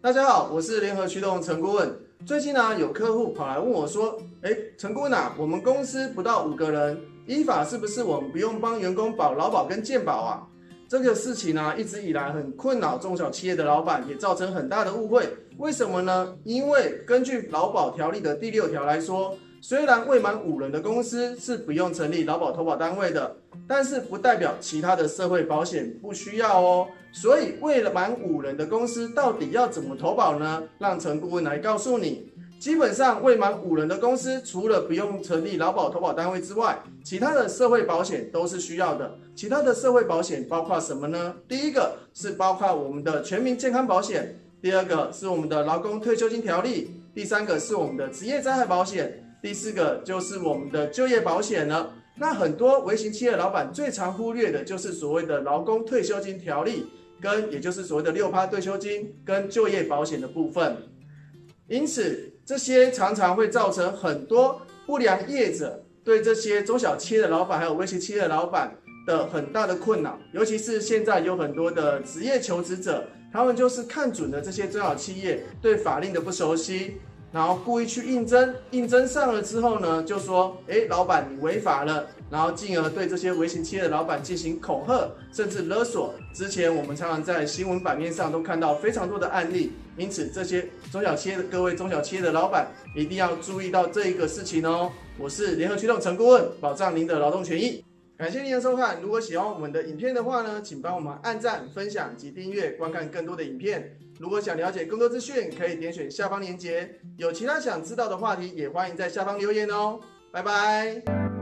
大家好，我是联合驱动陈顾问。最近呢，有客户跑来问我说：“陈顾问啊，我们公司不到5个人，依法是不是我们不用帮员工保劳保跟健保啊？”这个事情呢，一直以来很困扰中小企业的老板，也造成很大的误会。为什么呢？因为根据劳保条例的第6条来说，虽然未满5人的公司是不用成立劳保投保单位的，但是不代表其他的社会保险不需要哦。所以，未满5人的公司到底要怎么投保呢？让陈顾问来告诉你。基本上，未满5人的公司，除了不用成立劳保投保单位之外，其他的社会保险都是需要的。其他的社会保险包括什么呢？第一个是包括我们的全民健康保险，第二个是我们的劳工退休金条例，第三个是我们的职业灾害保险，第四个就是我们的就业保险了。那很多微型企业老板最常忽略的就是所谓的劳工退休金条例，也就是所谓的6%退休金跟就业保险的部分。因此，这些常常会造成很多不良业者对这些中小企业的老板还有微型企业的老板的很大的困扰，尤其是现在有很多的职业求职者，他们就是看准了这些中小企业对法令的不熟悉，然后故意去应征，应征上了之后呢，就说老板你违法了，然后进而对这些微型企业的老板进行恐吓，甚至勒索。之前我们常常在新闻版面上都看到非常多的案例，因此这些各位中小企业的老板一定要注意到这一个事情哦。我是联合驱动陈顾问，保障您的劳动权益。感谢您的收看，如果喜欢我们的影片的话呢，请帮我们按赞、分享及订阅，观看更多的影片。如果想了解更多资讯，可以点选下方链接。有其他想知道的话题，也欢迎在下方留言哦。拜拜。